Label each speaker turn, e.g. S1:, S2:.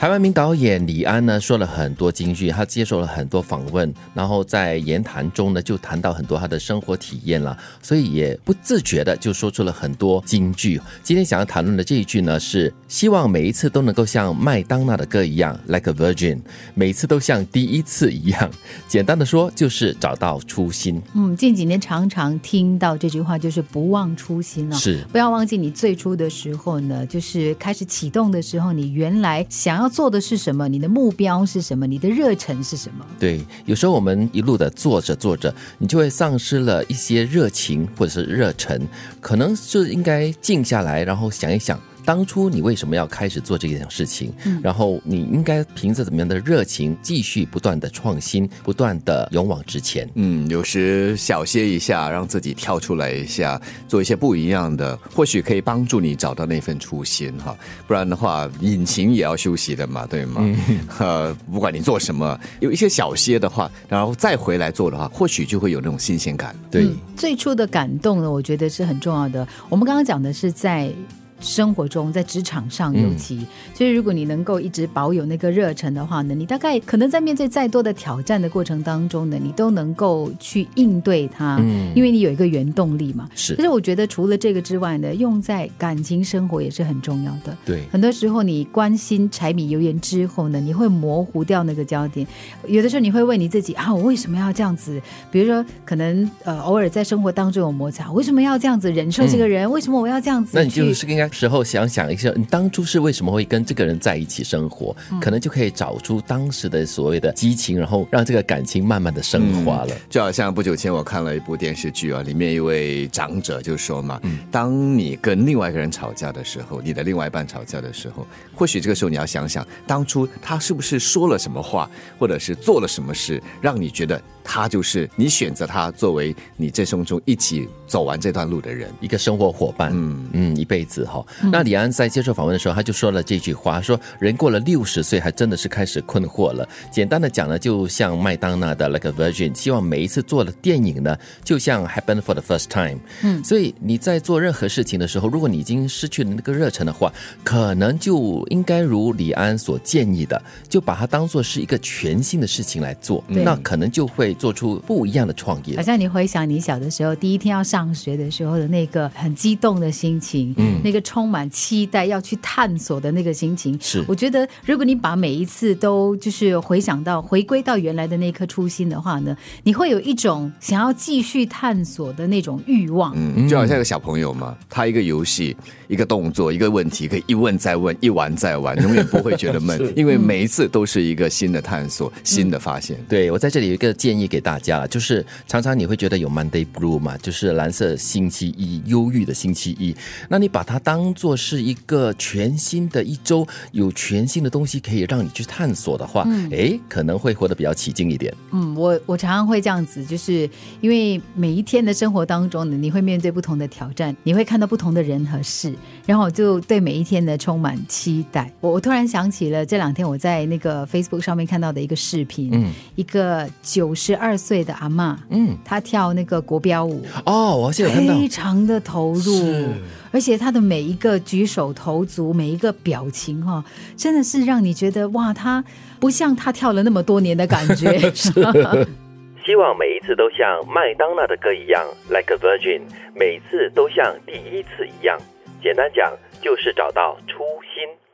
S1: 台湾名导演李安呢说了很多金句，他接受了很多访问，然后在言谈中呢就谈到很多他的生活体验了，所以也不自觉的就说出了很多金句。今天想要谈论的这一句呢是希望每一次都能够像麦当娜的歌一样 Like a Virgin， 每一次都像第一次一样。简单的说就是找到初心。
S2: 近几年常常听到这句话，就是不忘初心了。
S1: 是，
S2: 不要忘记你最初的时候呢，就是开始启动的时候，你原来想要做的是什么，你的目标是什么，你的热忱是什么。
S1: 对，有时候我们一路的做着做着，你就会丧失了一些热情或者是热忱，可能就应该静下来，然后想一想当初你为什么要开始做这件事情，然后你应该凭着怎么样的热情继续不断的创新，不断的勇往直前。
S3: 有时小歇一下，让自己跳出来一下，做一些不一样的，或许可以帮助你找到那份初心哈。不然的话，引擎也要休息的嘛，对吗？不管你做什么，有一些小歇的话，然后再回来做的话，或许就会有那种新鲜感。
S1: 对，
S2: 最初的感动呢，我觉得是很重要的。我们刚刚讲的是在生活中，在职场上尤其，所以如果你能够一直保有那个热忱的话呢，你大概可能在面对再多的挑战的过程当中呢，你都能够去应对它，因为你有一个原动力嘛。
S1: 是。
S2: 但是我觉得除了这个之外呢，用在感情生活也是很重要的。
S1: 对，
S2: 很多时候你关心柴米油盐之后呢，你会模糊掉那个焦点。有的时候你会问你自己啊，我为什么要这样子？比如说可能偶尔在生活当中有摩擦，为什么要这样子忍受这个人？为什么我要这样子？
S1: 那你就是应该时候想想一下，你当初是为什么会跟这个人在一起生活，可能就可以找出当时的所谓的激情，然后让这个感情慢慢的升华了。
S3: 就好像不久前我看了一部电视剧啊，里面一位长者就说嘛，当你跟另外一个人吵架的时候，你的另外一半吵架的时候，或许这个时候你要想想，当初他是不是说了什么话，或者是做了什么事，让你觉得他就是你选择他作为你这生中一起走完这段路的人，
S1: 一个生活伙伴，一辈子哈。那李安在接受访问的时候，他就说了这句话，说人过了60岁还真的是开始困惑了。简单的讲呢，就像麦当娜的 Like a Virgin， 希望每一次做的电影呢，就像 Happen for the First Time。所以你在做任何事情的时候，如果你已经失去了那个热忱的话，可能就应该如李安所建议的，就把它当作是一个全新的事情来做，那可能就会做出不一样的创意。
S2: 好像你回想你小的时候，第一天要上学的时候的那个很激动的心情，那个充满期待要去探索的那个心情，
S1: 是
S2: 我觉得如果你把每一次都就是回归到原来的那颗初心的话呢，你会有一种想要继续探索的那种欲望。
S3: 就好像一个小朋友嘛，他一个游戏，一个动作，一个问题，可以一问再问，一玩再玩，永远不会觉得闷因为每一次都是一个新的探索，新的发现。
S1: 对，我在这里有一个建议给大家，就是常常你会觉得有 Monday Blue 嘛，就是蓝色星期一，忧郁的星期一，那你把它当作是一个全新的一周，有全新的东西可以让你去探索的话，可能会活得比较起劲一点。
S2: 我常常会这样子，就是因为每一天的生活当中呢，你会面对不同的挑战，你会看到不同的人和事，然后我就对每一天呢充满期待。我突然想起了这2天我在那个 Facebook 上面看到的一个视频，一个92岁的阿嬷，她跳那个国标舞，
S1: 我现在看到
S2: 非常的投入，而且她的每一个举手投足，每一个表情真的是让你觉得哇，她不像她跳了那么多年的感觉
S1: 希望每一次都像麦当娜的歌一样 Like a Virgin， 每次都像第一次一样。简单讲就是找到初心。